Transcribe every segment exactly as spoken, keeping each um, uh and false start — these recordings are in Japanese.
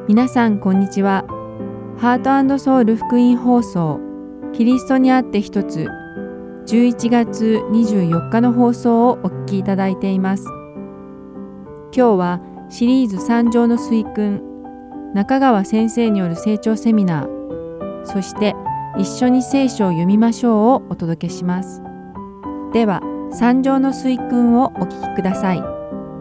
皆さんこんにちは。ハート&ソウル福音放送キリストにあって一つじゅういちがつにじゅうよっかの放送をお聞きいただいています。今日はシリーズ三条の水訓、中川先生による成長セミナー、そして一緒に聖書を読みましょうをお届けします。では三条の水訓をお聞きください。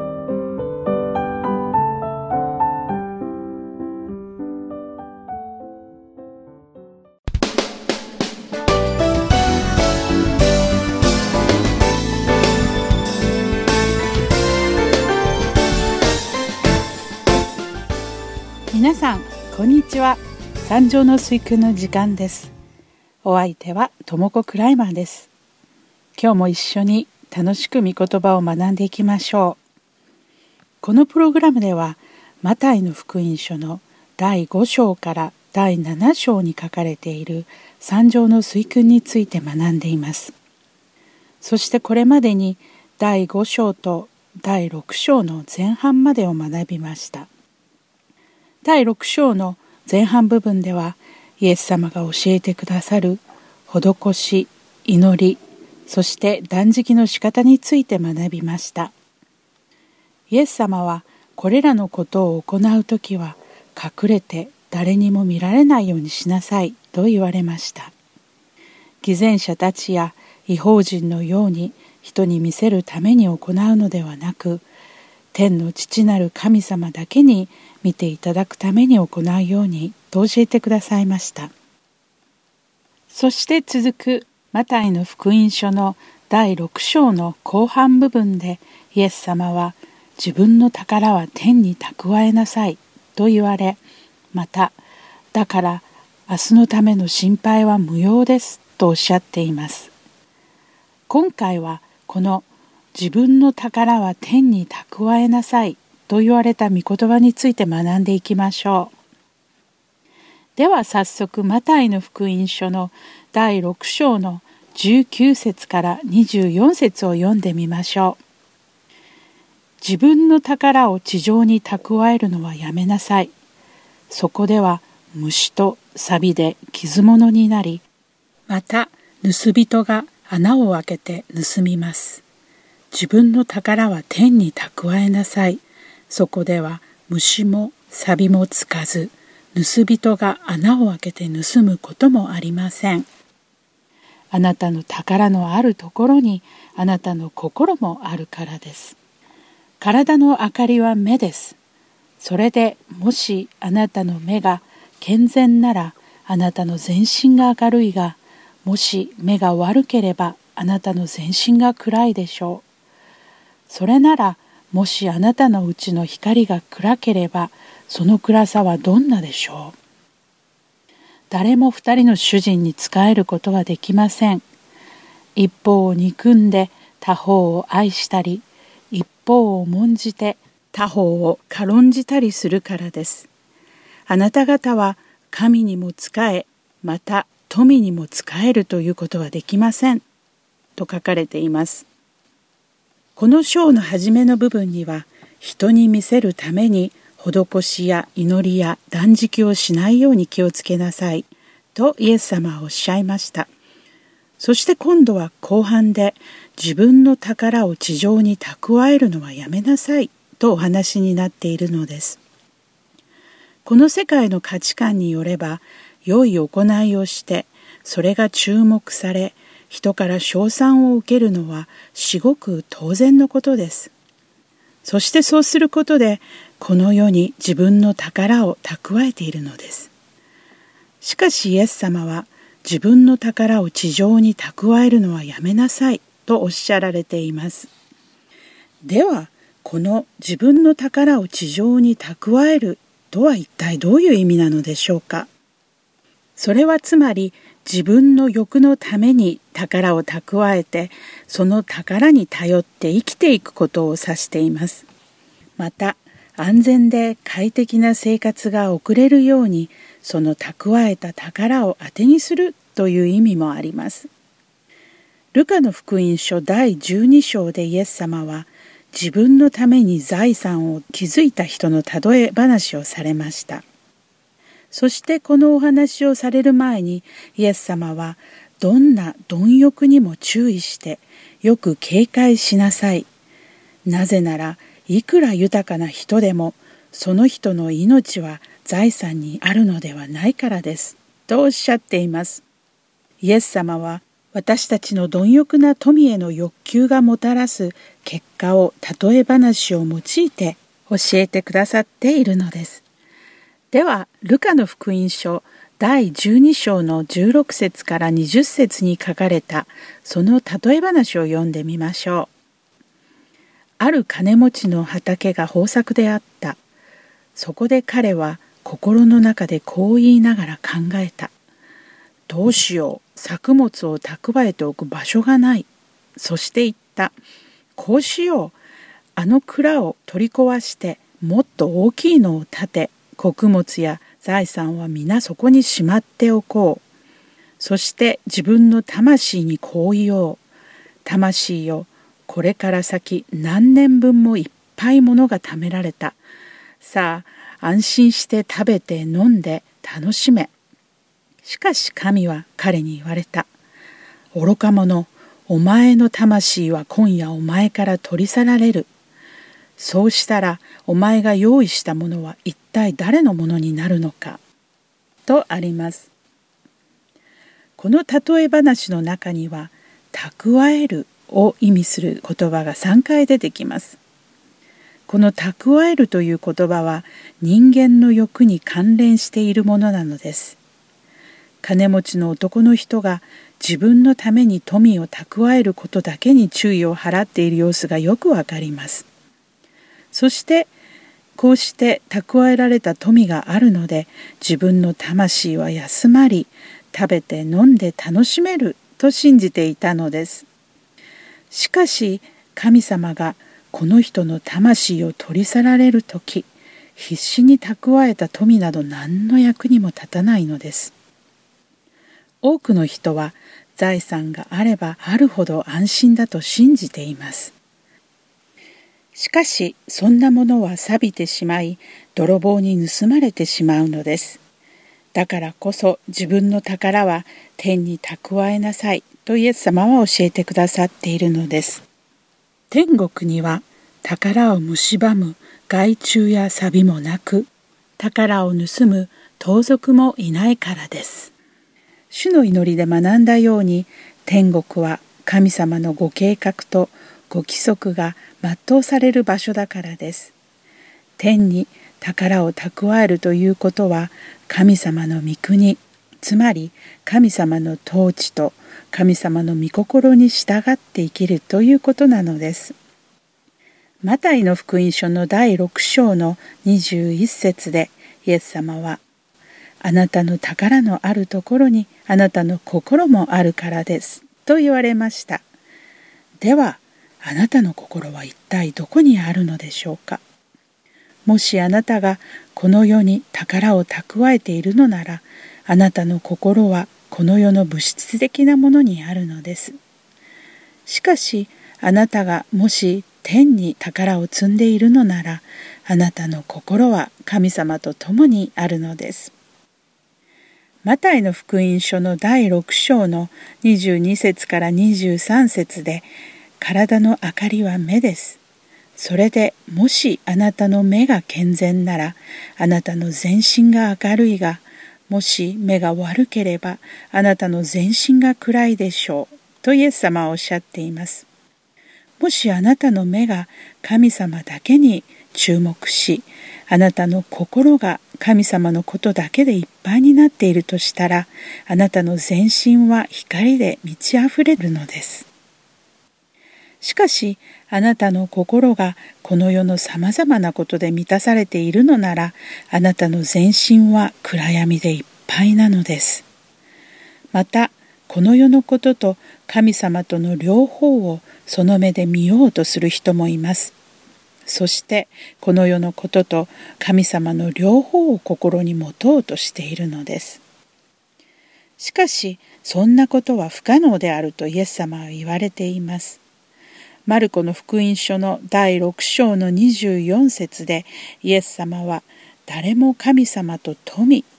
皆さんこんにちは。三条の水訓の時間です。お相手はともこクライマーです。今日も一緒に楽しく御言葉を学んでいきましょう。このプログラムではマタイの福音書のだいご章からだいなな章に書かれている三条の水訓について学んでいます。そしてこれまでにだいご章とだいろく章の前半までを学びました。だいろく章の前半部分ではイエス様が教えてくださる施し、祈り、そして断食の仕方について学びました。イエス様はこれらのことを行うときは隠れて誰にも見られないようにしなさいと言われました。偽善者たちや異邦人のように人に見せるために行うのではなく、天の父なる神様だけに見ていただくために行うようにと教えてくださいました。そして続くマタイの福音書のだいろく章の後半部分でイエス様は自分の宝は天に蓄えなさいと言われ、まただから明日のための心配は無用ですとおっしゃっています。今回はこの自分の宝は天に蓄えなさいと言われた御言葉について学んでいきましょう。では早速マタイの福音書のだいろく章のじゅうきゅう節からにじゅうよん節を読んでみましょう。自分の宝を地上に蓄えるのはやめなさい。そこでは虫と錆で傷物になり、また盗人が穴を開けて盗みます。自分の宝は天に蓄えなさい。そこでは虫も錆もつかず、盗人が穴を開けて盗むこともありません。あなたの宝のあるところにあなたの心もあるからです。体の明かりは目です。それでもしあなたの目が健全ならあなたの全身が明るいが、もし目が悪ければあなたの全身が暗いでしょう。それならもしあなたのうちの光が暗ければその暗さはどんなでしょう。誰も二人の主人に仕えることはできません。一方を憎んで他方を愛したり、一方を重んじて他方を軽んじたりするからです。あなた方は神にも仕え、また富にも仕えるということはできませんと書かれています。この章の初めの部分には、人に見せるために施しや祈りや断食をしないように気をつけなさいとイエス様はおっしゃいました。そして今度は後半で自分の宝を地上に蓄えるのはやめなさいとお話になっているのです。この世界の価値観によれば、良い行いをしてそれが注目され、人から称賛を受けるのは至極当然のことです。そしてそうすることでこの世に自分の宝を蓄えているのです。しかしイエス様は自分の宝を地上に蓄えるのはやめなさいとおっしゃられています。ではこの自分の宝を地上に蓄えるとは一体どういう意味なのでしょうか。それはつまり自分の欲のために宝を蓄えて、その宝に頼って生きていくことを指しています。また、安全で快適な生活が送れるように、その蓄えた宝を当てにするという意味もあります。ルカの福音書だいじゅうに章でイエス様は、自分のために財産を築いた人の例え話をされました。 そしてこのお話をされる前に、イエス様はどんな貪欲にも注意してよく警戒しなさい。なぜならいくら豊かな人でもその人の命は財産にあるのではないからです。とおっしゃっています。イエス様は私たちの貪欲な富への欲求がもたらす結果を例え話を用いて教えてくださっているのです。では、ルカの福音書だいじゅうに章のじゅうろく節からにじゅっ節に書かれたその例え話を読んでみましょう。ある金持ちの畑が豊作であった。そこで彼は心の中でこう言いながら考えた。どうしよう、作物を蓄えておく場所がない。そして言った。こうしよう、あの蔵を取り壊してもっと大きいのを建て、穀物や財産は皆そこにしまっておこう。そして自分の魂にこう言おう。魂よ、これから先何年分もいっぱいものが貯められた。さあ、安心して食べて飲んで楽しめ。しかし神は彼に言われた。愚か者、お前の魂は今夜お前から取り去られる。そうしたらお前が用意したものは一体誰のものになるのか。とあります。この例え話の中には蓄えるを意味する言葉がさんかい出てきます。この蓄えるという言葉は人間の欲に関連しているものなのです。金持ちの男の人が自分のために富を蓄えることだけに注意を払っている様子がよくわかります。そしてこうして蓄えられた富があるので自分の魂は休まり食べて飲んで楽しめると信じていたのです。しかし神様がこの人の魂を取り去られるとき、必死に蓄えた富など何の役にも立たないのです。多くの人は財産があればあるほど安心だと信じています。しかしそんなものは錆びてしまい泥棒に盗まれてしまうのです。だからこそ自分の宝は天に蓄えなさいとイエス様は教えてくださっているのです。天国には宝を蝕む害虫や錆もなく、宝を盗む盗賊もいないからです。主の祈りで学んだように、天国は神様のご計画とご規則が全うされる場所だからです。天に宝を蓄えるということは、神様の御国、つまり神様の統治と神様の御心に従って生きるということなのです。マタイの福音書のだいろく章のにじゅういち節でイエス様は、あなたの宝のあるところにあなたの心もあるからですと言われました。では、あなたの心は一体どこにあるのでしょうか。もしあなたがこの世に宝を蓄えているのなら、あなたの心はこの世の物質的なものにあるのです。しかしあなたがもし天に宝を積んでいるのなら、あなたの心は神様と共にあるのです。マタイの福音書のだいろく章のにじゅうに節からにじゅうさん節で、体の明かりは目です。それでもしあなたの目が健全なら、あなたの全身が明るいが、もし目が悪ければ、あなたの全身が暗いでしょう。とイエス様はおっしゃっています。もしあなたの目が神様だけに注目し、あなたの心が神様のことだけでいっぱいになっているとしたら、あなたの全身は光で満ち溢れるのです。しかし、あなたの心がこの世のさまざまなことで満たされているのなら、あなたの全身は暗闇でいっぱいなのです。また、この世のことと神様との両方をその目で見ようとする人もいます。そして、この世のことと神様の両方を心に持とうとしているのです。しかし、そんなことは不可能であるとイエス様は言われています。マルコの福音書のだいろく章のにじゅうよん節でイエス様は、誰も神様と富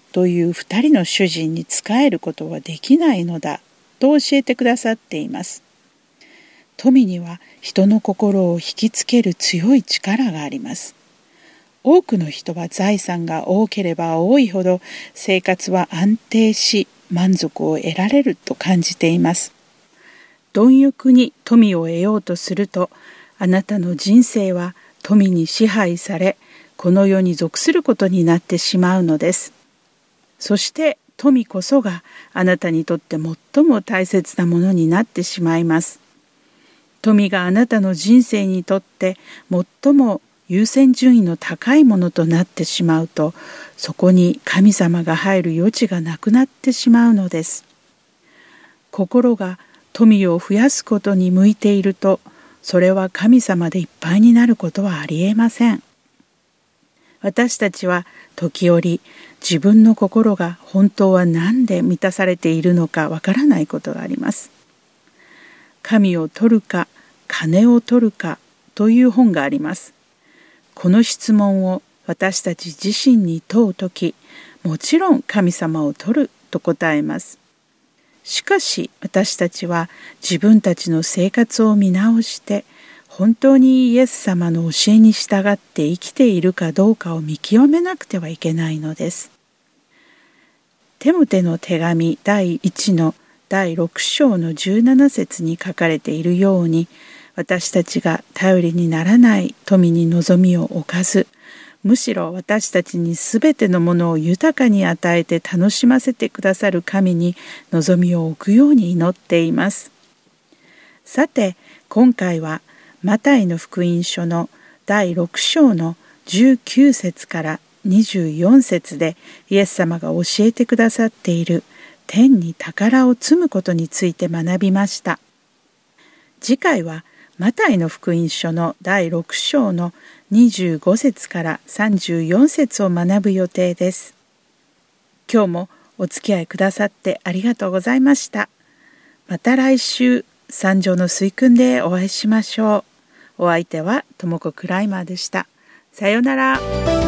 という二人の主人に仕えることはできないのだと教えてくださっています。富には人の心を引きつける強い力があります。多くの人は財産が多ければ多いほど生活は安定し満足を得られると感じています。貪欲に富を得ようとすると、あなたの人生は富に支配され、この世に属することになってしまうのです。そして富こそがあなたにとって最も大切なものになってしまいます。富があなたの人生にとって最も優先順位の高いものとなってしまうと、そこに神様が入る余地がなくなってしまうのです。心が富を増やすことに向いていると、それは神様でいっぱいになることはありえません。私たちは時折自分の心が本当は何で満たされているのかわからないことがあります。神を取るか金を取るかという本があります。この質問を私たち自身に問うとき、もちろん神様を取ると答えます。しかし私たちは自分たちの生活を見直して、本当にイエス様の教えに従って生きているかどうかを見極めなくてはいけないのです。テモテの手紙だいいちのだいろく章のじゅうなな節に書かれているように、私たちが頼りにならない富に望みを置かず、むしろ私たちにすべてのものを豊かに与えて楽しませてくださる神に望みを置くように祈っています。さて、今回はマタイの福音書のだいろく章のじゅうきゅう節からにじゅうよん節でイエス様が教えてくださっている天に宝を積むことについて学びました。次回はマタイの福音書のだいろく章のにじゅうご節からさんじゅうよん節を学ぶ予定です。今日もお付き合いくださってありがとうございました。また来週、三条の水訓でお会いしましょう。お相手はともこクライマーでした。さようなら。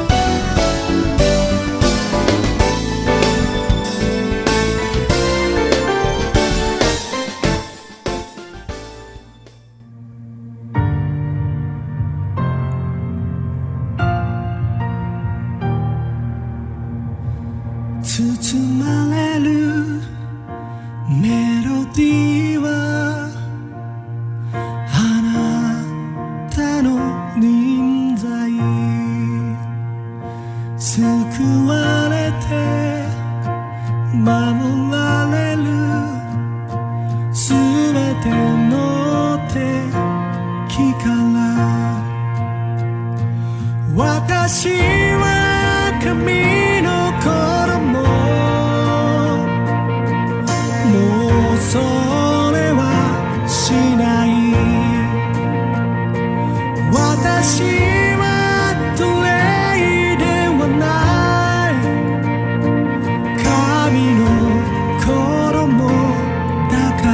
包まれるメロディーはあなたの臨在、救われて守られるすべての敵から、私は神の子供、もうそれはしない。私は奴隷ではない、神の子供だから。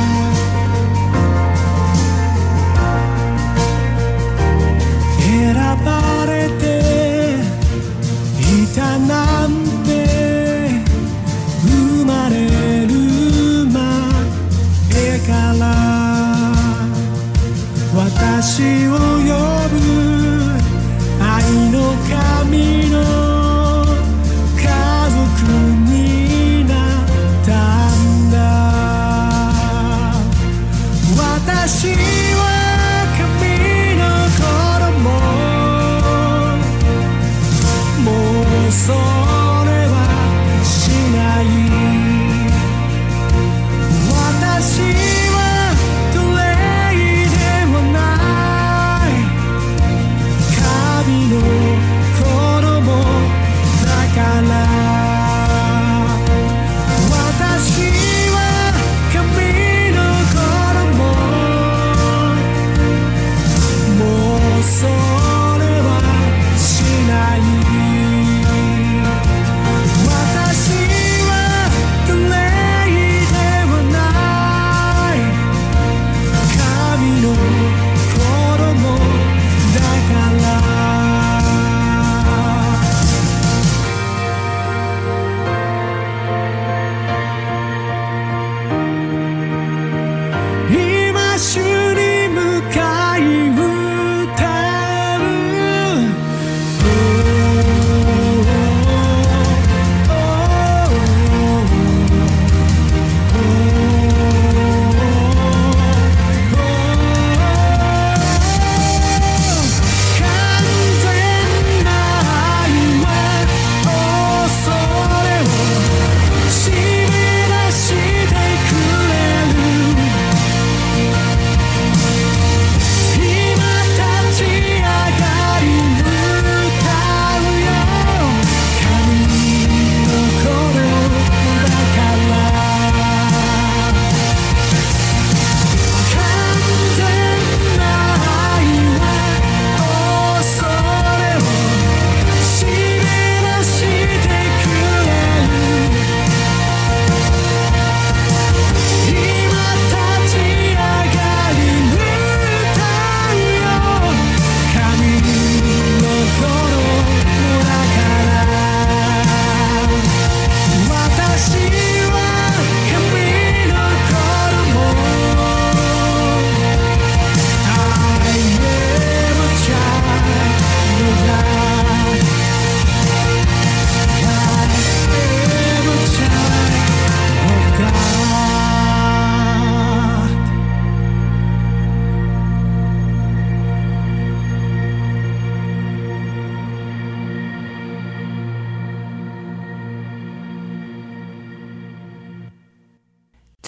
選ばれていたなんて生まれる前から私を呼ぶ愛の神の家族になったんだ。私は神の子供、もうそれはしない。私は奴隷ではない、神の子供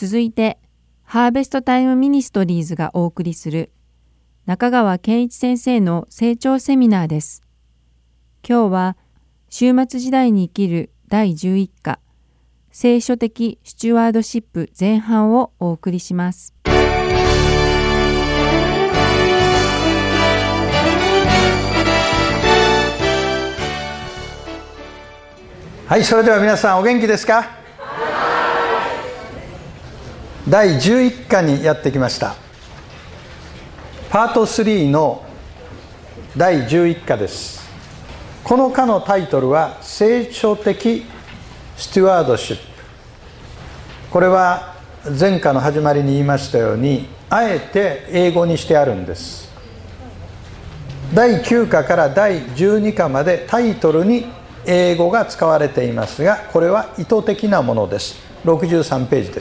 続いてハーベストタイムミニストリーズがお送りする中川健一先生の成長セミナーです。今日は終末時代に生きるだいじゅういっか聖書的スチュワードシップ前半をお送りします。 はい、それでは皆さんお元気ですか？だいじゅういっかにやってきました。パートスリーのだいじゅういっかです。この課のタイトルは聖書的スチュワードシップ。これは前課の始まりに言いましたように、あえて英語にしてあるんです。だいきゅうかからだいじゅうにかまでタイトルに英語が使われていますが、これは意図的なものです。ろくじゅうさんページです。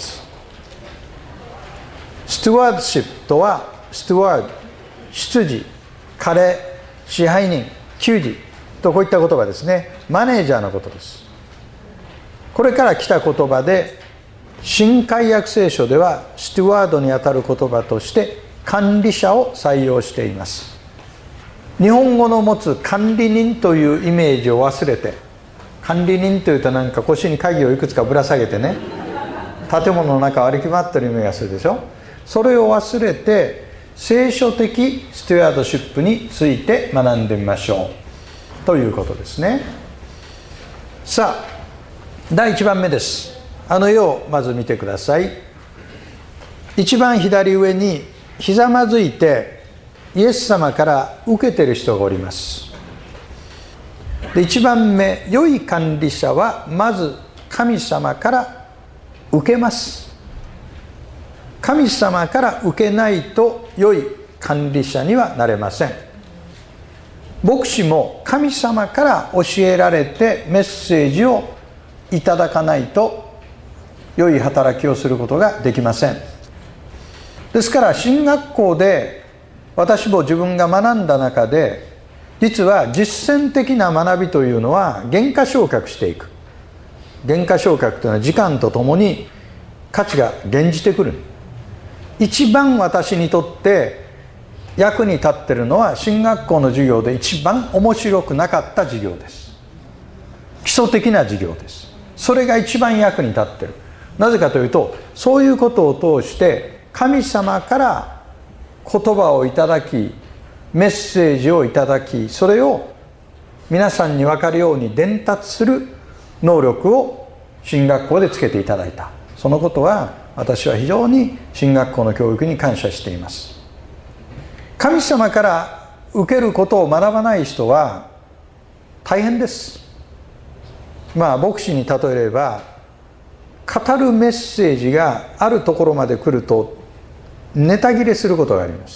スチュワードシップとは、スチュワード、執事、家令、支配人、給仕とこういった言葉ですね。マネージャーのことです。これから来た言葉で、新海訳聖書ではスチュワードにあたる言葉として管理者を採用しています。日本語の持つ管理人というイメージを忘れて、管理人というとなんか腰に鍵をいくつかぶら下げてね、建物の中を歩き回ってるイメージがするでしょ。それを忘れて聖書的スチュワードシップについて学んでみましょうということですね。さあ、だいいちばんめです。あの絵をまず見てください。一番左上にひざまずいてイエス様から受けている人がおります。で、いちばんめ、良い管理者はまず神様から受けます。神様から受けないと良い管理者にはなれません。牧師も神様から教えられてメッセージをいただかないと良い働きをすることができません。ですから神学校で私も自分が学んだ中で、実は実践的な学びというのは減価償却していく。減価償却というのは時間とともに価値が減じてくる。一番私にとって役に立っているのは神学校の授業で一番面白くなかった授業です。基礎的な授業です。それが一番役に立っている。なぜかというと、そういうことを通して神様から言葉をいただき、メッセージをいただき、それを皆さんに分かるように伝達する能力を神学校でつけていただいた。そのことは私は非常に神学校の教育に感謝しています。神様から受けることを学ばない人は大変です。まあ牧師に例えれば、語るメッセージがあるところまで来るとネタ切れすることがあります。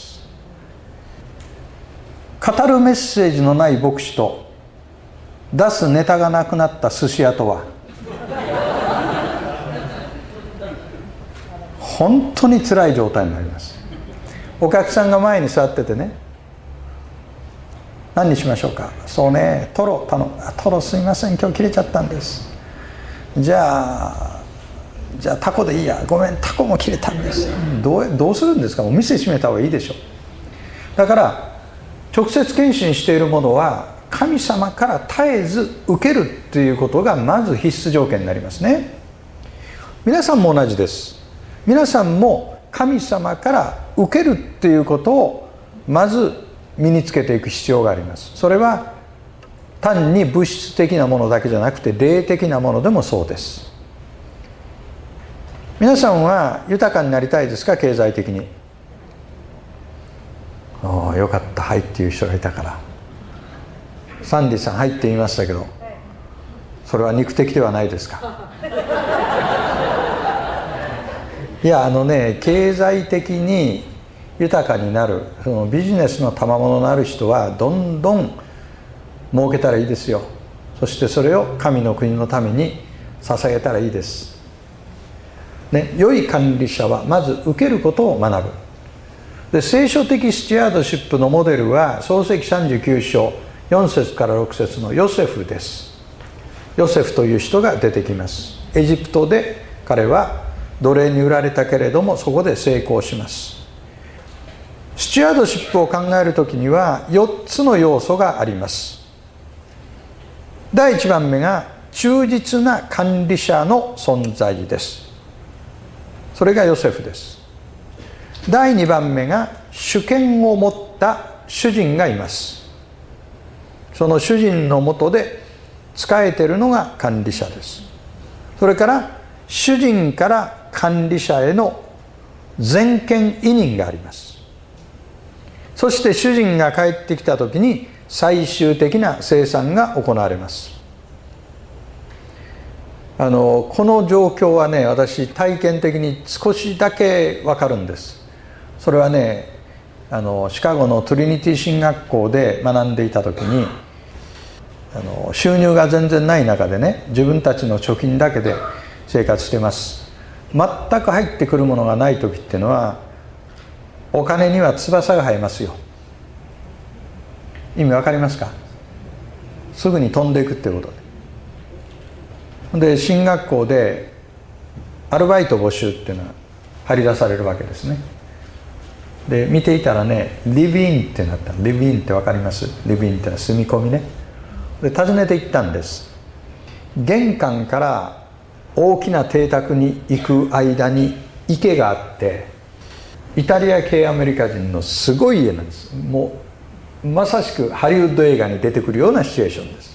語るメッセージのない牧師と出すネタがなくなった寿司屋とは本当に辛い状態になります。お客さんが前に座っててね、何にしましょうか。そうね、トロ頼む。トロすいません、今日切れちゃったんです。じゃあじゃあタコでいいや。ごめん、タコも切れたんです。どう、どうするんですか。お店閉めた方がいいでしょ。だから直接献身しているものは神様から絶えず受けるということがまず必須条件になりますね。皆さんも同じです。皆さんも神様から受けるということをまず身につけていく必要があります。それは単に物質的なものだけじゃなくて霊的なものでもそうです。皆さんは豊かになりたいですか？経済的に。おー、よかった、はいっていう人がいたから。サンディさん、はいって言いましたけど、それは肉的ではないですか？いや、あのね、経済的に豊かになる、そのビジネスの賜物のある人はどんどん儲けたらいいですよ。そしてそれを神の国のために捧げたらいいです。ね、良い管理者はまず受けることを学ぶ。で、聖書的スチュワードシップのモデルは創世記さんじゅうきゅう章よん節からろく節のヨセフです。ヨセフという人が出てきます。エジプトで彼は奴隷に売られたけれどもそこで成功します。スチュワードシップを考えるときにはよっつの要素があります。だいいちばんめが忠実な管理者の存在です。それがヨセフです。だいにばんめが主権を持った主人がいます。その主人の下で仕えているのが管理者です。それから主人から管理者への全権委任があります。そして主人が帰ってきたときに最終的な清算が行われます。あのこの状況はね、私体験的に少しだけ分かるんです。それはね、あのシカゴのトリニティ神学校で学んでいたときに、あの収入が全然ない中でね、自分たちの貯金だけで生活してます。全く入ってくるものがない時っていうのは、お金には翼が生えますよ。意味わかりますか？すぐに飛んでいくっていうことで。で、進学校でアルバイト募集っていうのが張り出されるわけですね。で、見ていたらね、リブインってなった。リブインってわかります？リブインってのは住み込みね。で、訪ねて行ったんです。玄関から大きな邸宅に行く間に池があって、イタリア系アメリカ人のすごい家なんです。もうまさしくハリウッド映画に出てくるようなシチュエーションです。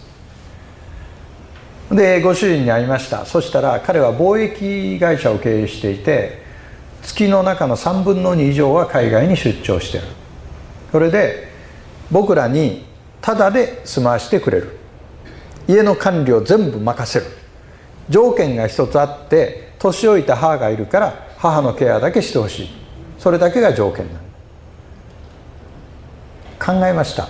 で、ご主人に会いました。そしたら彼は貿易会社を経営していて、月の中のさんぶんのに以上は海外に出張している。それで僕らにタダで住まわしてくれる。家の管理を全部任せる。条件が一つあって、年老いた母がいるから母のケアだけしてほしい。それだけが条件なんだ。考えました。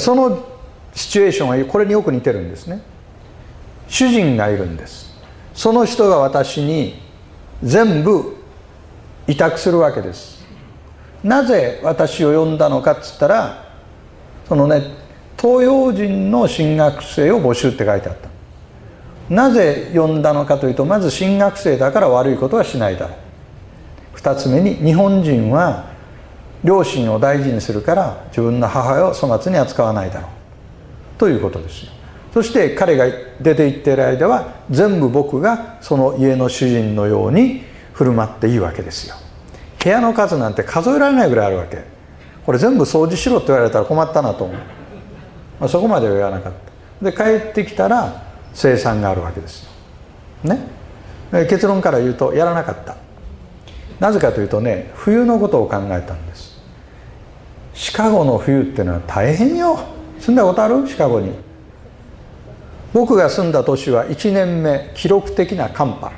そのシチュエーションはこれによく似てるんですね。主人がいるんです。その人が私に全部委託するわけです。なぜ私を呼んだのかっつったら、そのね、東洋人の進学生を募集って書いてあった。なぜ呼んだのかというと、まず進学生だから悪いことはしないだろう。二つ目に、日本人は両親を大事にするから自分の母親を粗末に扱わないだろうということですよ。そして彼が出て行っている間は全部僕がその家の主人のように振る舞っていいわけですよ。部屋の数なんて数えられないぐらいあるわけ。これ全部掃除しろって言われたら困ったなと思う、まあ、そこまでは言わなかった。で、帰ってきたら清算があるわけですよ、ね、結論から言うとやらなかった。なぜかというとね、冬のことを考えたんです。シカゴの冬っていうのは大変よ。住んだことある？シカゴに。僕が住んだ年はいちねんめ、記録的な寒波。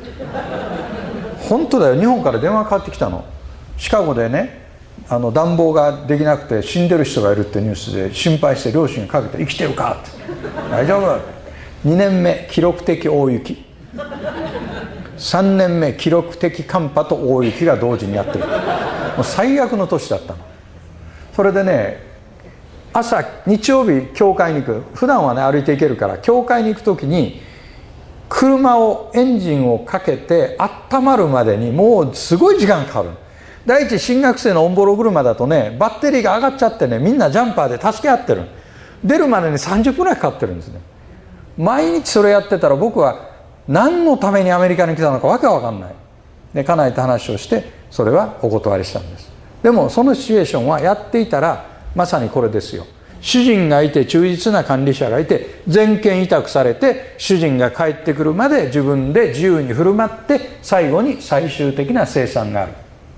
本当だよ。日本から電話かかってきたの。シカゴでね、あの暖房ができなくて死んでる人がいるってニュースで心配して両親にかけて、生きてるかって。大丈夫。にねんめ、記録的大雪。さんねんめ、記録的寒波と大雪が同時にやってる。もう最悪の年だったの。それでね、朝日曜日教会に行く。普段はね歩いて行けるから、教会に行く時に車をエンジンをかけて温まるまでにもうすごい時間かかる。第一、新学生のオンボロ車だとね、バッテリーが上がっちゃってね、みんなジャンパーで助け合ってる。出るまでにさんじゅっぷんぐらいかかってるんですね。毎日それやってたら、僕は何のためにアメリカに来たのかわけわかんない。で、家内と話をしてそれはお断りしたんです。でもそのシチュエーションはやっていたらまさにこれですよ。主人がいて、忠実な管理者がいて、全権委託されて、主人が帰ってくるまで自分で自由に振る舞って、最後に最終的な清算がある。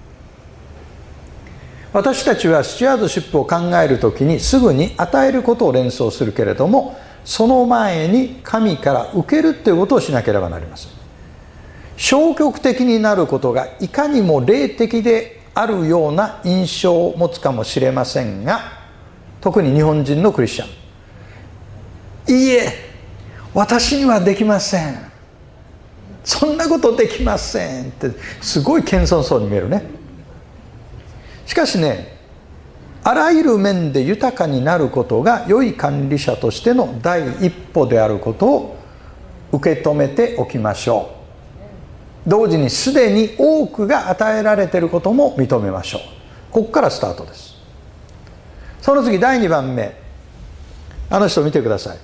私たちはスチュワードシップを考えるときにすぐに与えることを連想するけれども、その前に神から受けるということをしなければなりません。消極的になることがいかにも霊的であるような印象を持つかもしれませんが、特に日本人のクリスチャン、いいえ、私にはできません、そんなことできませんってすごい謙遜そうに見えるね。しかしね、あらゆる面で豊かになることが良い管理者としての第一歩であることを受け止めておきましょう。 同時にすでに多くが与えられていることも認めましょう。ここからスタートです。その次だいにばんめ、あの人見てください。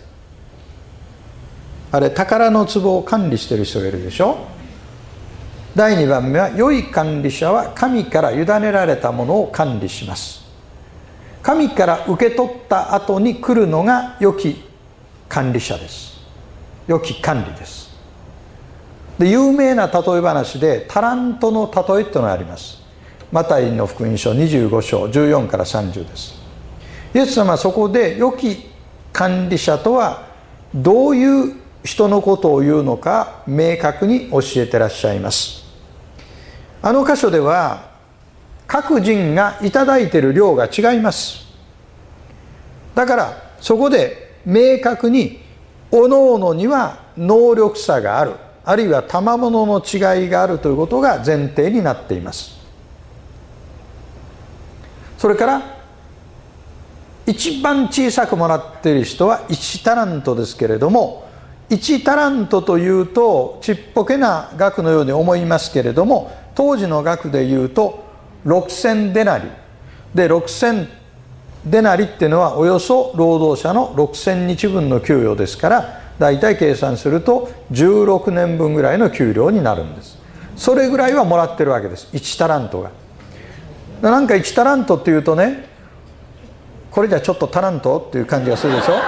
あれ宝の壺を管理している人がいるでしょ。だいにばんめは、良い管理者は神から委ねられたものを管理します。神から受け取った後に来るのが良き管理者です。良き管理です。で、有名な例え話でタラントの例えというのがあります。マタイの福音書にじゅうご章じゅうよんからさんじゅうです。イエス様はそこで良き管理者とはどういう人のことを言うのか明確に教えてらっしゃいます。あの箇所では各人がいただいている量が違います。だからそこで明確におのおのには能力差がある、あるいは賜物の違いがあるということが前提になっています。それから一番小さくもらっている人はいちタラントですけれども、いちタラントというとちっぽけな額のように思いますけれども、当時の額でいうとろくせんデナリで、ろくせんデナリっていうのはおよそ労働者のろくせんにちぶんの給与ですから、だいたい計算するとじゅうろくねんぶんぐらいの給料になるんです。それぐらいはもらってるわけです、いちタラントが。なんかいちタラントっていうとね、これじゃちょっとタラントっていう感じがするでしょ。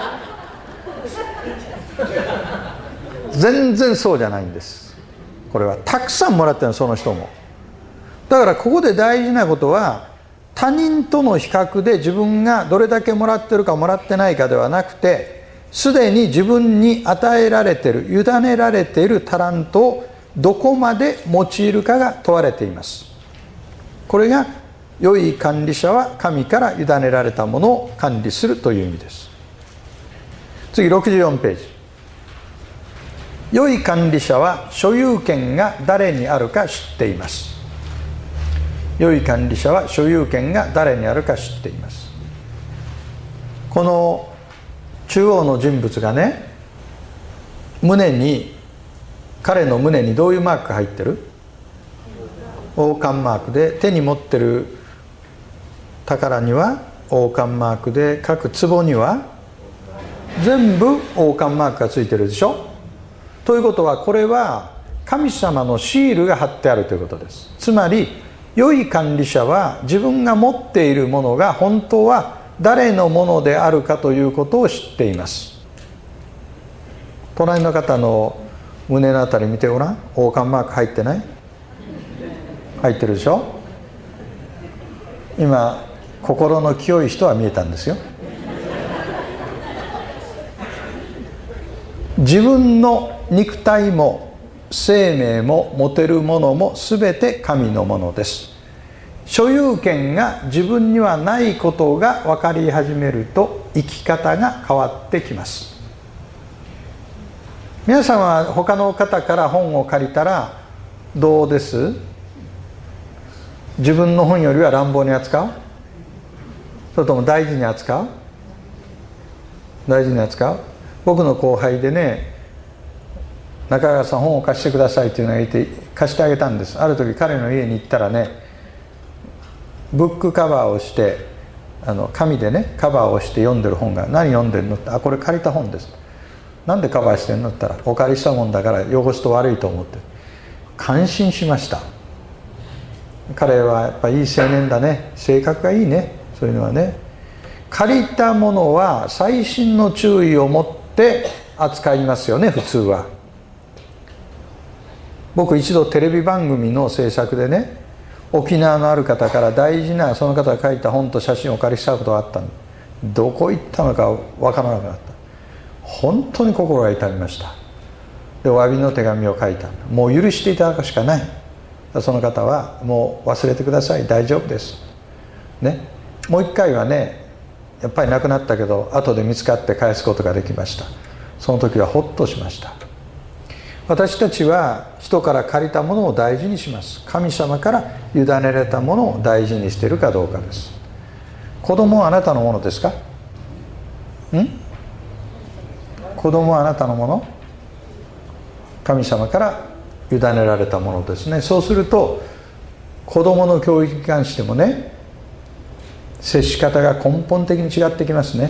全然そうじゃないんです。これはたくさんもらってるの、その人も。だからここで大事なことは、他人との比較で自分がどれだけもらってるかもらってないかではなくて、すでに自分に与えられている、委ねられているタラントをどこまで用いるかが問われています。これが良い管理者は神から委ねられたものを管理するという意味です。次ろくじゅうよんページ。良い管理者は所有権が誰にあるか知っています。良い管理者は所有権が誰にあるか知っています。この中央の人物がね、胸に、彼の胸にどういうマークが入ってる？王冠マークで、手に持ってる宝には王冠マークで、各壺には全部王冠マークがついてるでしょ。ということは、これは神様のシールが貼ってあるということです。つまり良い管理者は自分が持っているものが本当は誰のものであるかということを知っています。隣の方の胸のあたり見てごらん。王冠マーク入ってない？入ってるでしょ。今心の清い人は見えたんですよ。自分の肉体も生命も持てるものも全て神のものです。所有権が自分にはないことが分かり始めると、生き方が変わってきます。皆さんは他の方から本を借りたらどうです？自分の本よりは乱暴に扱う？それとも大事に扱う？大事に扱う？僕の後輩でね、中川さん本を貸してくださいっていうのがいて貸してあげたんです。ある時彼の家に行ったらね、ブックカバーをして、あの紙でねカバーをして読んでる本が、何読んでるのって、あ、これ借りた本です。なんでカバーしてんのって言ったら、お借りしたもんだから汚すと悪いと思って。感心しました。彼はやっぱいい青年だね、性格がいいね、そういうのはね。借りたものは細心の注意を持って扱いますよね、普通は。僕一度テレビ番組の制作でね、沖縄のある方から大事なその方が書いた本と写真をお借りしたことがあったの。どこ行ったのかわからなくなった。本当に心が痛みました。でお詫びの手紙を書いた。もう許していただくしかない。その方はもう忘れてください、大丈夫ですね。もう一回はね、やっぱり亡くなったけど後で見つかって返すことができました。その時はほっとしました。私たちは人から借りたものを大事にします。神様から委ねられたものを大事にしているかどうかです。子供はあなたのものですか？ん？子供はあなたのもの？神様から委ねられたものですね。そうすると子どもの教育に関してもね、接し方が根本的に違ってきますね。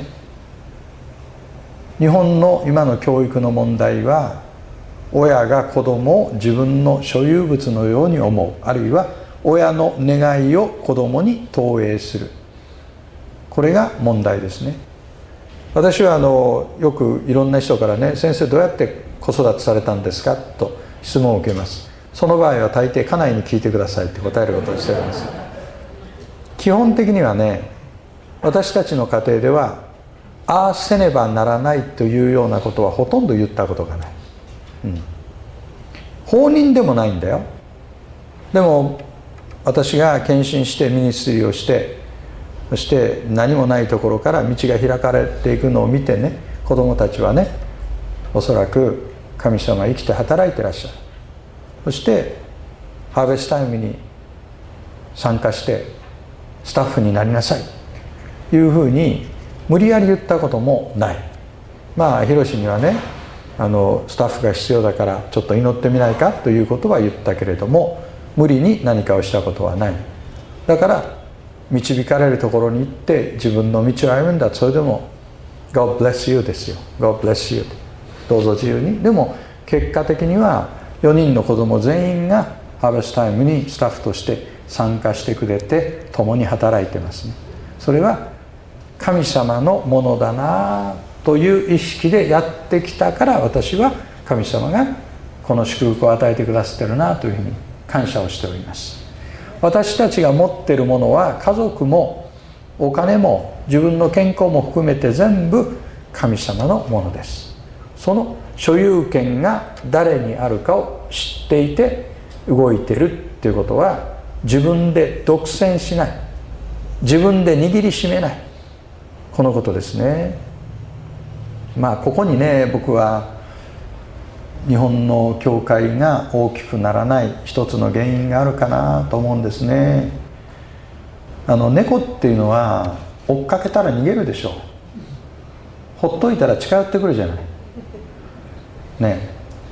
日本の今の教育の問題は、親が子供を自分の所有物のように思う、あるいは親の願いを子供に投影する、これが問題ですね。私はあのよくいろんな人からね、先生どうやって子育てされたんですかと質問を受けます。その場合は大抵家内に聞いてくださいって答えることにしてるんです。基本的にはね、私たちの家庭ではああせねばならないというようなことはほとんど言ったことがない、うん、放任でもないんだよ。でも私が献身してミニストリーをして、そして何もないところから道が開かれていくのを見てね、子どもたちはね、おそらく神様は生きて働いてらっしゃる。そしてハーベストタイムに参加してスタッフになりなさいというふうに無理やり言ったこともない。まあヒロシにはね、あのスタッフが必要だからちょっと祈ってみないかということは言ったけれども、無理に何かをしたことはない。だから導かれるところに行って自分の道を歩んだ。それでも God bless you ですよ。 God bless you、 どうぞ自由に。でも結果的にはよにんの子供全員がハーベストタイムにスタッフとして参加してくれて共に働いてますね。それは神様のものだなという意識でやってきたから、私は神様がこの祝福を与えてくださってるなというふうに感謝をしております。私たちが持っているものは、家族もお金も自分の健康も含めて全部神様のものです。その所有権が誰にあるかを知っていて動いているっていうことは、自分で独占しない、自分で握りしめない、このことですね。まあここにね、僕は日本の教会が大きくならない一つの原因があるかなと思うんですね。あの猫っていうのは追っかけたら逃げるでしょう。ほっといたら近寄ってくるじゃないね。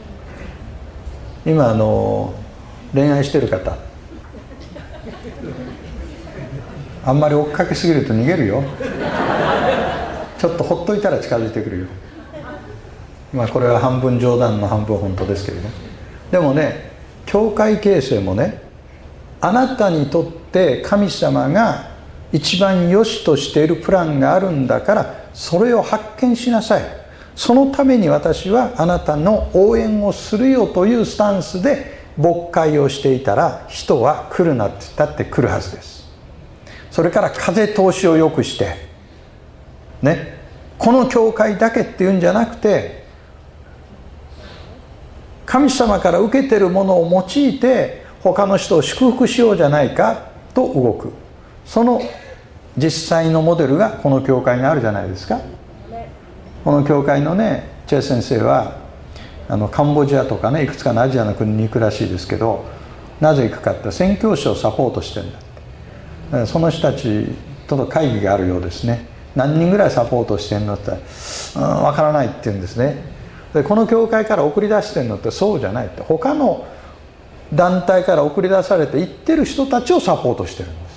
今あの恋愛してる方、あんまり追っかけすぎると逃げるよ。ちょっとほっといたら近づいてくるよ。まあこれは半分冗談の半分本当ですけどね。でもね、教会形成もね、あなたにとって神様が一番良しとしているプランがあるんだから、それを発見しなさい。そのために私はあなたの応援をするよというスタンスで牧会をしていたら、人は来るなって言ったって来るはずです。それから風通しを良くしてね、この教会だけっていうんじゃなくて、神様から受けてるものを用いて他の人を祝福しようじゃないかと動く、その実際のモデルがこの教会にあるじゃないですか。この教会のね、チェ先生はあのカンボジアとかね、いくつかのアジアの国に行くらしいですけど、なぜ行くかって宣教師をサポートしてるんだって。その人たちとの会議があるようですね。何人ぐらいサポートしてんのって言ったら、うん、分からないって言うんですね。でこの教会から送り出してんのって、そうじゃないって、他の団体から送り出されて行ってる人たちをサポートしてるんです。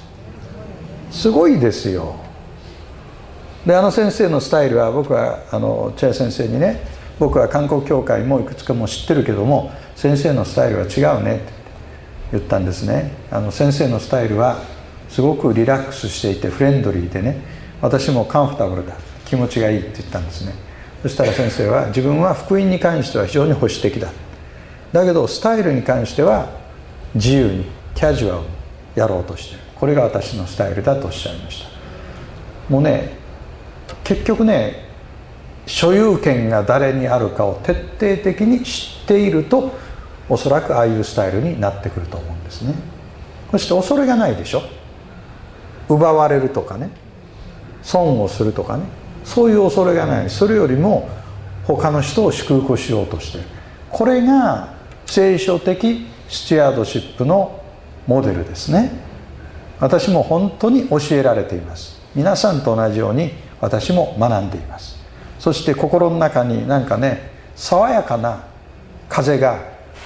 すごいですよ。であの先生のスタイルは、僕はあのチェ先生にね、僕は韓国教会もいくつかも知ってるけども、先生のスタイルは違うねって言ったんですね。あの先生のスタイルはすごくリラックスしていてフレンドリーでね、私もカンフタブルだ、気持ちがいいって言ったんですね。そしたら先生は、自分は福音に関しては非常に保守的だ、だけどスタイルに関しては自由にキャジュアルにやろうとしている、これが私のスタイルだとおっしゃいました。もうね、結局ね、所有権が誰にあるかを徹底的に知っていると、おそらくああいうスタイルになってくると思うんですね。そして恐れがないでしょ。奪われるとかね、損をするとかね、そういう恐れがない。それよりも他の人を祝福しようとしている。これが聖書的スチュアードシップのモデルですね。私も本当に教えられています。皆さんと同じように私も学んでいます。そして心の中になんかね、爽やかな風が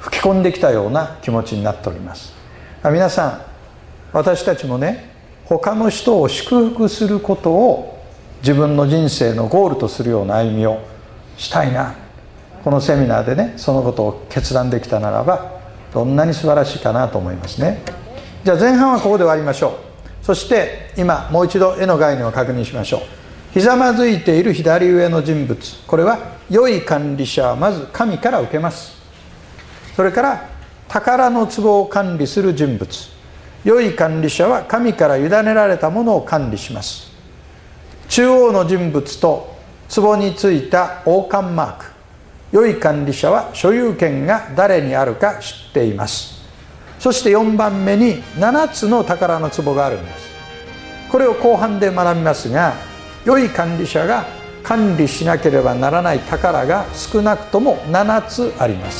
吹き込んできたような気持ちになっております。皆さん、私たちもね、他の人を祝福することを自分の人生のゴールとするような歩みをしたいな、このセミナーでね、そのことを決断できたならばどんなに素晴らしいかなと思いますね。じゃあ前半はここで終わりましょう。そして今もう一度絵の概念を確認しましょう。ひざまずいている左上の人物、これは良い管理者はまず神から受けます。それから宝の壺を管理する人物、良い管理者は神から委ねられたものを管理します。中央の人物と壺についた王冠マーク、良い管理者は所有権が誰にあるか知っています。そしてよんばんめにななつの宝の壺があるんです。これを後半で学びますが、良い管理者が管理しなければならない宝が少なくともななつあります。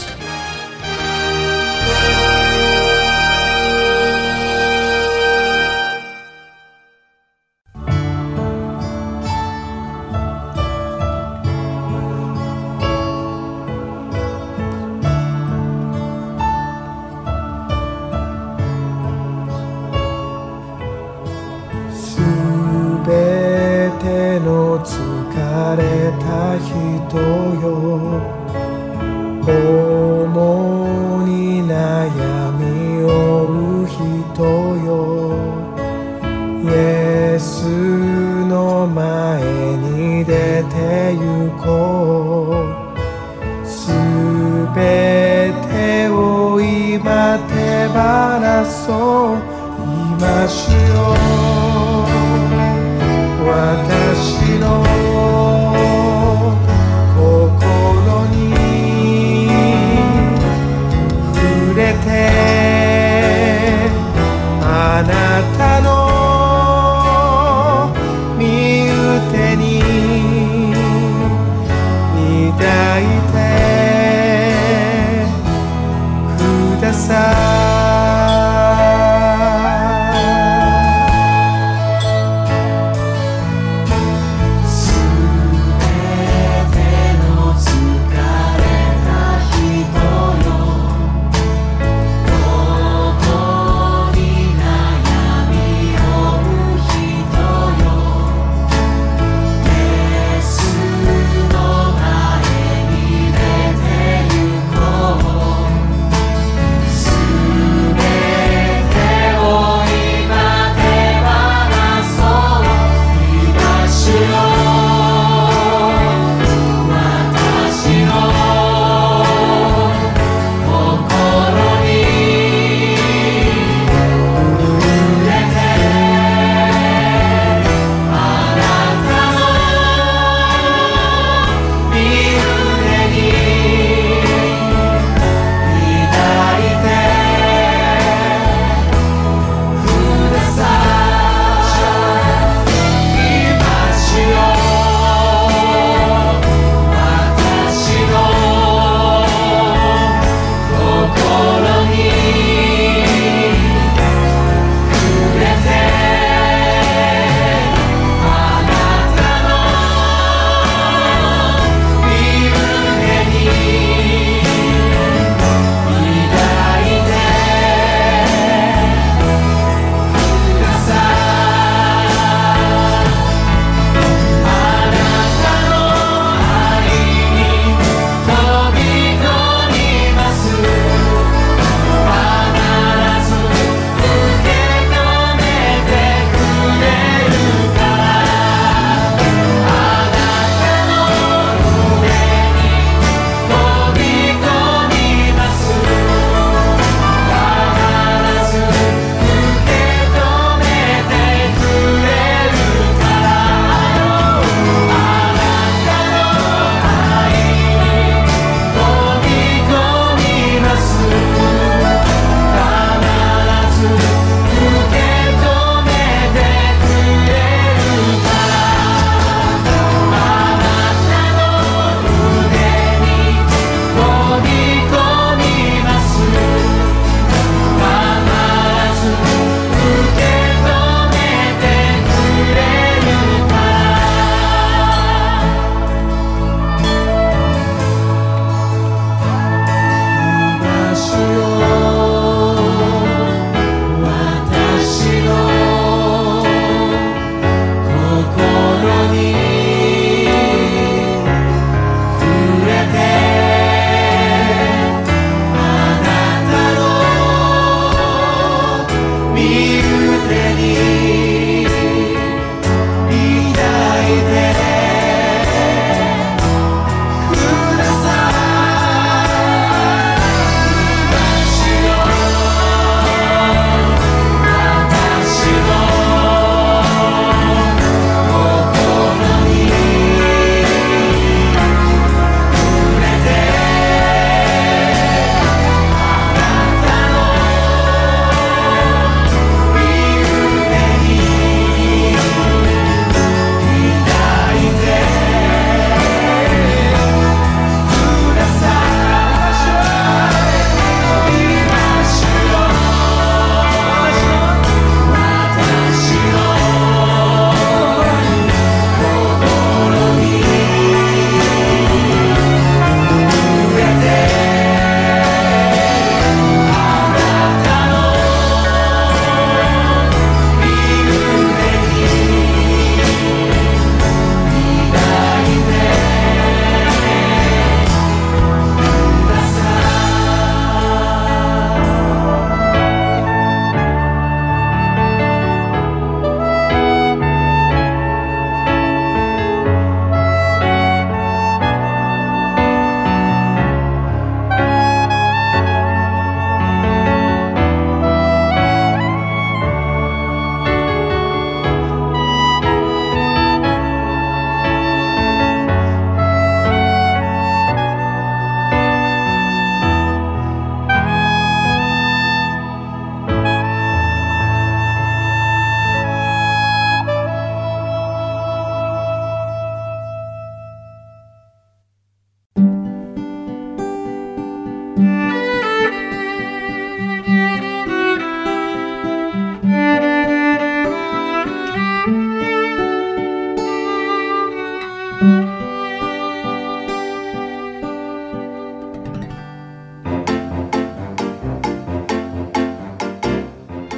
重に悩み負う人よ、イエスの前に出て行こう。すべてを今手放そう。今主よ、私の心に触れて、あなたの身腕に抱いてください。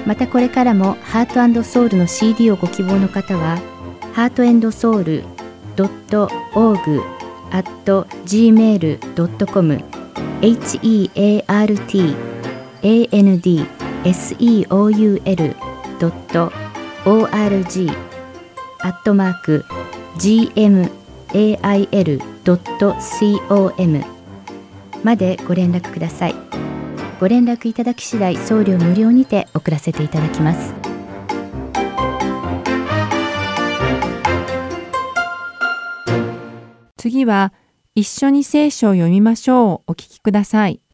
またこれからもハート&ソウルの シーディー をご希望の方はハート&ソウル ドット オーグ アット ジーメール ドット コム ヘーアールティー エーエヌディー エスイーオーユーエル ドット オーアールジー アットマーク ジーエムエーアイエル ドット コム までご連絡ください。ご連絡いただき次第送料無料にて送らせていただきます。 次は一緒に聖書を読みましょうをお聞きください。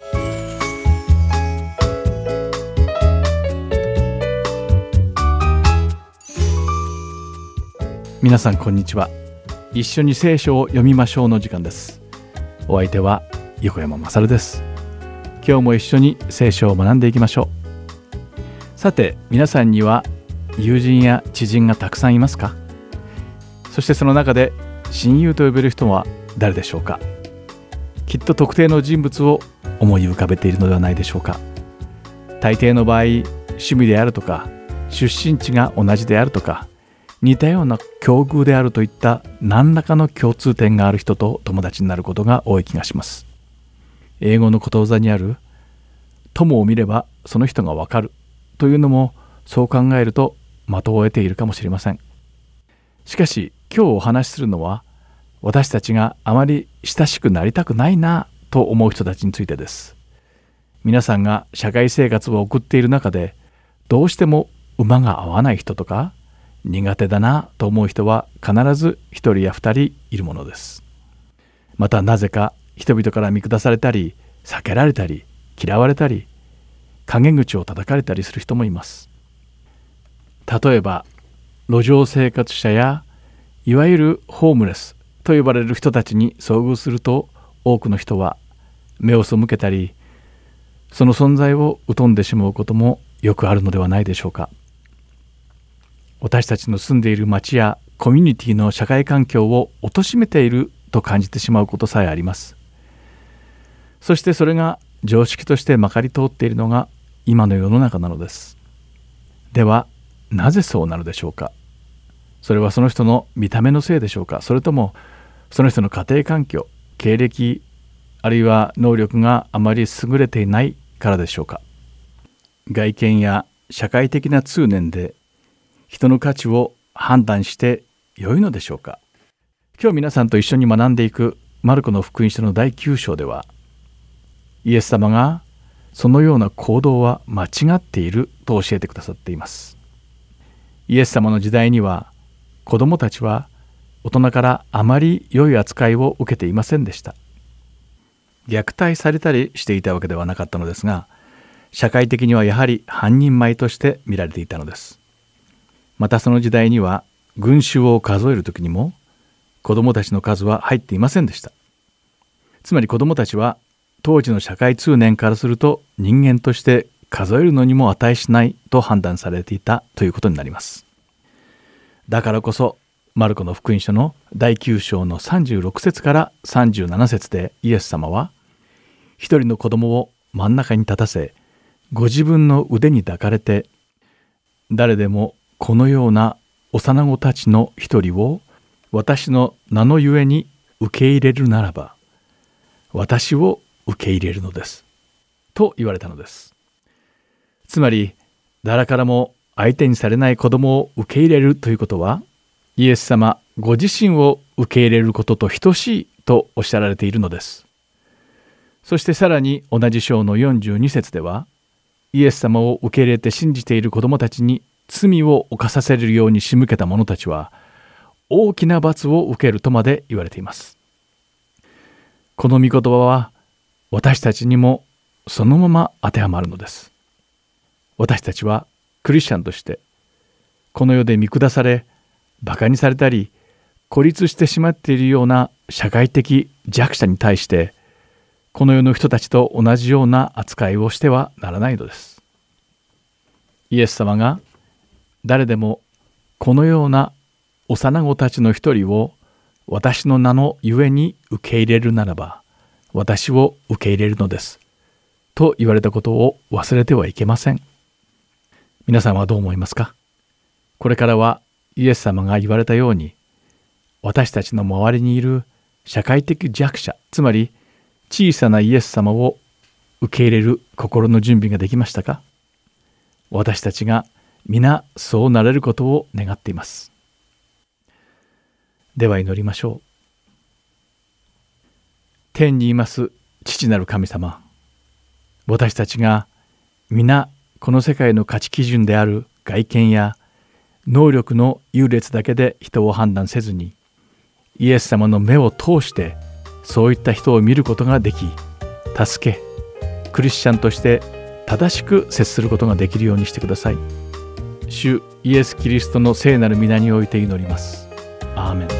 皆さんこんにちは。一緒に聖書を読みましょうの時間です。お相手は横山まさるです。今日も一緒に聖書を学んでいきましょう。さて、皆さんには友人や知人がたくさんいますか？そしてその中で親友と呼べる人は誰でしょうか？きっと特定の人物を思い浮かべているのではないでしょうか。大抵の場合、趣味であるとか出身地が同じであるとか似たような境遇であるといった何らかの共通点がある人と友達になることが多い気がします。英語のことわざにある友を見ればその人がわかるというのもそう考えると的を得ているかもしれません。しかし今日お話しするのは私たちがあまり親しくなりたくないなと思う人たちについてです。皆さんが社会生活を送っている中でどうしても馬が合わない人とか苦手だなと思う人は必ず一人や二人いるものです。またなぜか人々から見下されたり避けられたり嫌われたり陰口を叩かれたりする人もいます。例えば路上生活者やいわゆるホームレスと呼ばれる人たちに遭遇すると多くの人は目を背けたりその存在を疎んでしまうこともよくあるのではないでしょうか。私たちの住んでいる町やコミュニティの社会環境を貶めていると感じてしまうことさえあります。そしてそれが常識としてまかり通っているのが今の世の中なのです。ではなぜそうなのでしょうか。それはその人の見た目のせいでしょうか。それともその人の家庭環境、経歴、あるいは能力があまり優れていないからでしょうか。外見や社会的な通念で人の価値を判断して良いのでしょうか。今日皆さんと一緒に学んでいくマルコの福音書のだいきゅう章ではイエス様がそのような行動は間違っていると教えてくださっています。イエス様の時代には子供たちは大人からあまり良い扱いを受けていませんでした。虐待されたりしていたわけではなかったのですが、社会的にはやはり半人前として見られていたのです。またその時代には群衆を数えるときにも子供たちの数は入っていませんでした。つまり子供たちは当時の社会通念からすると人間として数えるのにも値しないと判断されていたということになります。だからこそマルコの福音書のだいきゅう章のさんじゅうろく節からさんじゅうなな節でイエス様は一人の子供を真ん中に立たせご自分の腕に抱かれて誰でもこのような幼子たちの一人を私の名のゆえに受け入れるならば私を受け入れるのですと言われたのです。つまり誰からも相手にされない子供を受け入れるということはイエス様ご自身を受け入れることと等しいとおっしゃられているのです。そしてさらに同じ章のよんじゅうに節ではイエス様を受け入れて信じている子供たちに罪を犯させるように仕向けた者たちは大きな罰を受けるとまで言われています。この御言葉は私たちにもそのまま当てはまるのです。私たちはクリスチャンとしてこの世で見下されバカにされたり孤立してしまっているような社会的弱者に対してこの世の人たちと同じような扱いをしてはならないのです。イエス様が誰でもこのような幼子たちの一人を私の名のゆえに受け入れるならば私を受け入れるのですと言われたことを忘れてはいけません。 皆さんはどう思いますか？これからはイエス様が言われたように、私たちの周りにいる社会的弱者、つまり小さなイエス様を受け入れる心の準備ができましたか？私たちが皆そうなれることを願っています。では祈りましょう。天にいます父なる神様、私たちが皆この世界の価値基準である外見や能力の優劣だけで人を判断せずに、イエス様の目を通してそういった人を見ることができ、助け、クリスチャンとして正しく接することができるようにしてください。主イエス・キリストの聖なる皆において祈ります。アーメン。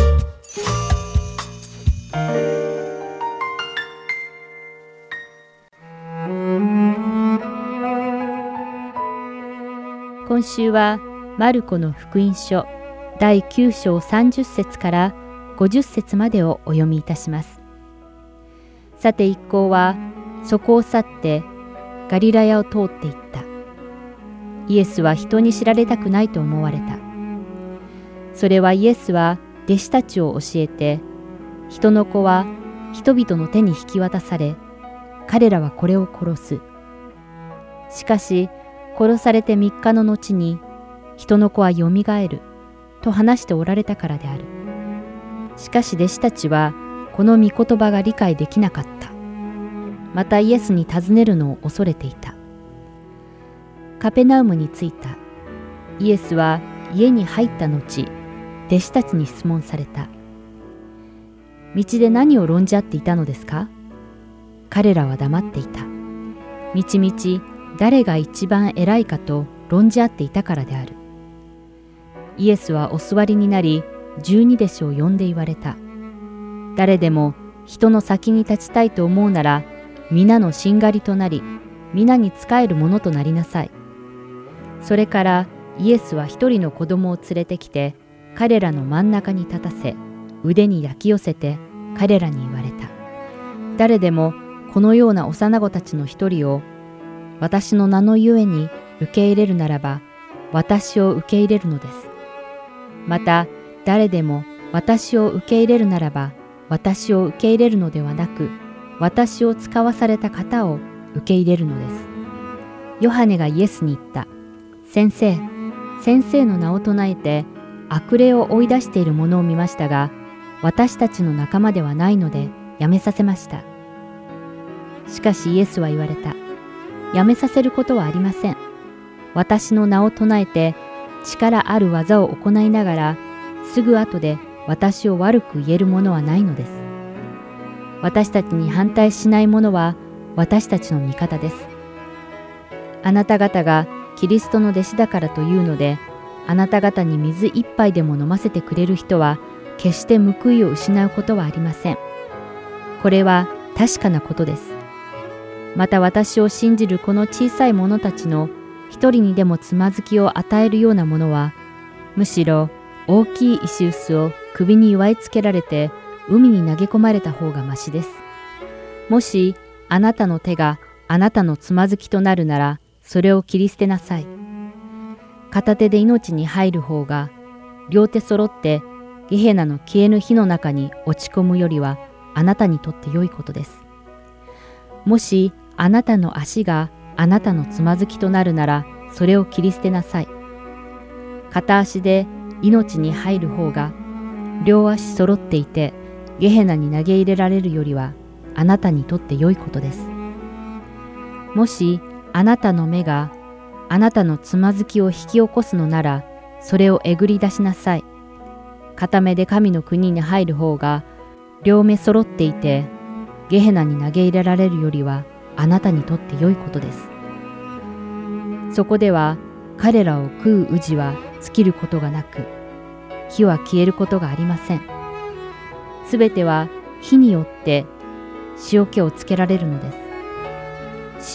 今週はマルコの福音書だいきゅう章さんじゅっ節からごじゅっ節までをお読みいたします。さて一行はそこを去ってガリラヤを通っていった。イエスは人に知られたくないと思われた。それはイエスは弟子たちを教えて、人の子は人々の手に引き渡され、彼らはこれを殺す。しかし殺されてみっかの後に人の子はよみがえると話しておられたからである。しかし弟子たちはこの御言葉が理解できなかった。またイエスに尋ねるのを恐れていた。カペナウムに着いた。イエスは家に入った後、弟子たちに質問された。道で何を論じ合っていたのですか？彼らは黙っていた。みちみち誰が一番偉いかと論じ合っていたからである。イエスはお座りになり、十二弟子を呼んで言われた。誰でも人の先に立ちたいと思うなら、皆のしんがりとなり、皆に仕えるものとなりなさい。それからイエスは一人の子供を連れてきて、彼らの真ん中に立たせ、腕に抱き寄せて彼らに言われた。誰でもこのような幼子たちの一人を、私の名のゆえに受け入れるならば、私を受け入れるのです。また、誰でも私を受け入れるならば、私を受け入れるのではなく、私を使わされた方を受け入れるのです。ヨハネがイエスに言った。先生、先生の名を唱えて悪霊を追い出している者を見ましたが、私たちの仲間ではないのでやめさせました。しかしイエスは言われた。やめさせることはありません。私の名を唱えて力ある技を行いながら、すぐ後で私を悪く言える者はないのです。私たちに反対しない者は私たちの味方です。あなた方がキリストの弟子だからというので、あなた方に水一杯でも飲ませてくれる人は決して報いを失うことはありません。これは確かなことです。また私を信じるこの小さい者たちの一人にでもつまずきを与えるようなものは、むしろ大きい石臼を首に結いつけられて海に投げ込まれた方がましです。もしあなたの手があなたのつまずきとなるなら、それを切り捨てなさい。片手で命に入る方が、両手揃ってゲヘナの消えぬ火の中に落ち込むよりはあなたにとって良いことです。もしあなたの足があなたのつまずきとなるなら、それを切り捨てなさい。片足で命に入る方が、両足揃っていてゲヘナに投げ入れられるよりはあなたにとって良いことです。もしあなたの目があなたのつまずきを引き起こすのなら、それをえぐり出しなさい。片目で神の国に入る方が、両目揃っていてゲヘナに投げ入れられるよりはあなたにとって良いことです。そこでは彼らを食う宇治は尽きることがなく、火は消えることがありません。すべては火によって塩気をつけられるのです。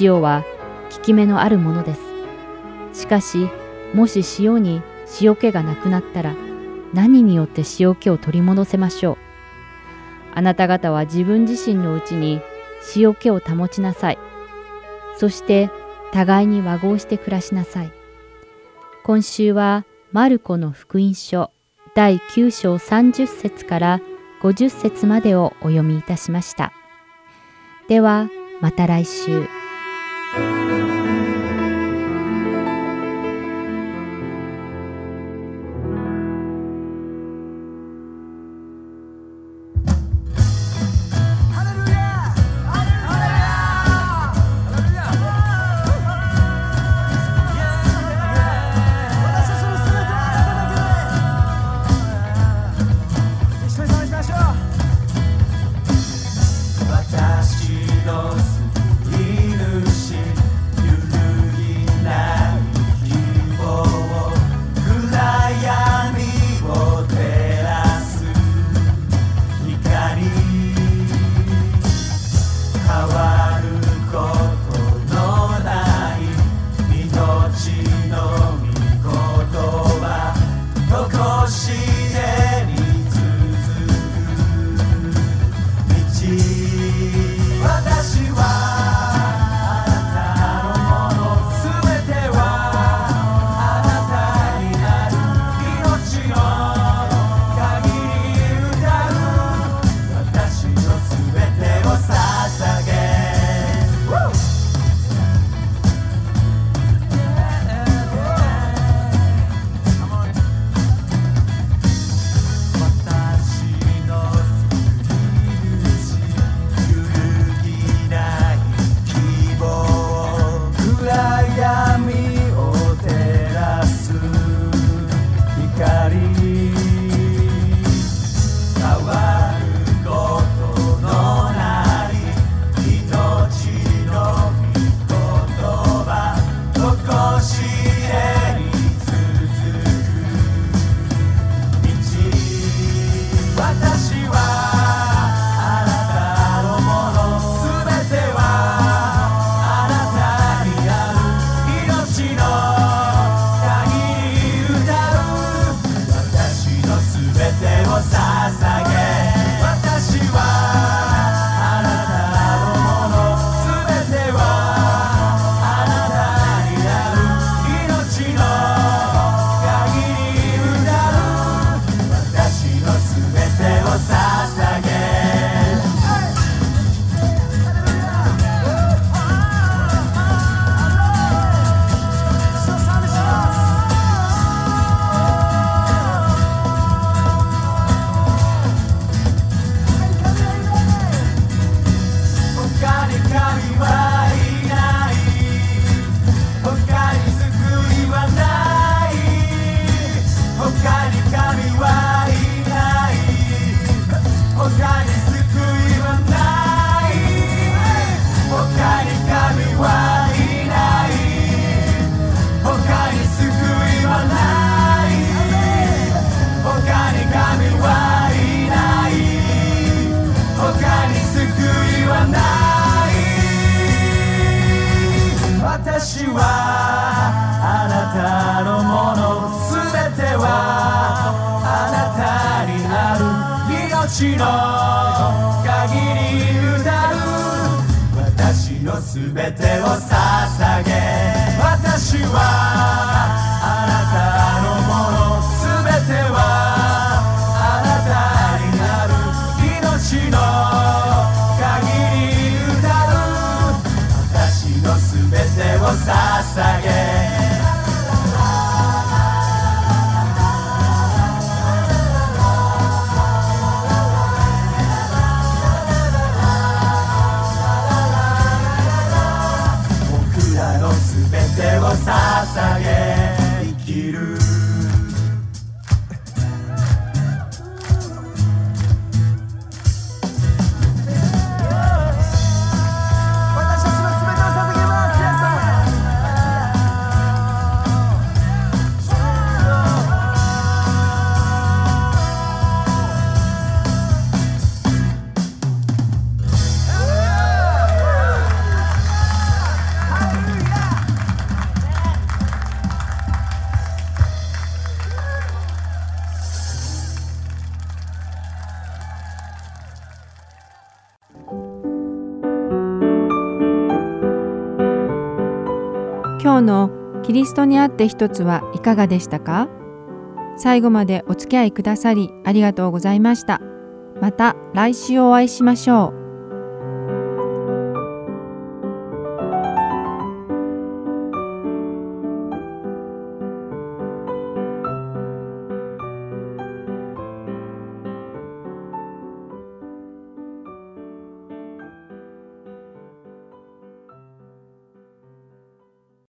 塩は効き目のあるものです。しかし、もし塩に塩気がなくなったら、何によって塩気を取り戻せましょう。あなた方は自分自身のうちに塩気を保ちなさい。そして互いに和合して暮らしなさい。 今週はマルコの福音書だいきゅう章さんじゅっ節からごじゅっ節までをお読みいたしました。ではまた来週。 私はあなたのもの、すべてはあなたにある。命の限り歌う。私のすべてを捧げ。私はあなたのもの、すべてはあなたにある。命の限り歌う。私のすべてを捧げ。捧げ生きる。私たちのすべてを捧げます。イエス様。 今日のキリストにあって一つはいかがでしたか？最後までお付き合いくださりありがとうございました。また来週お会いしましょう。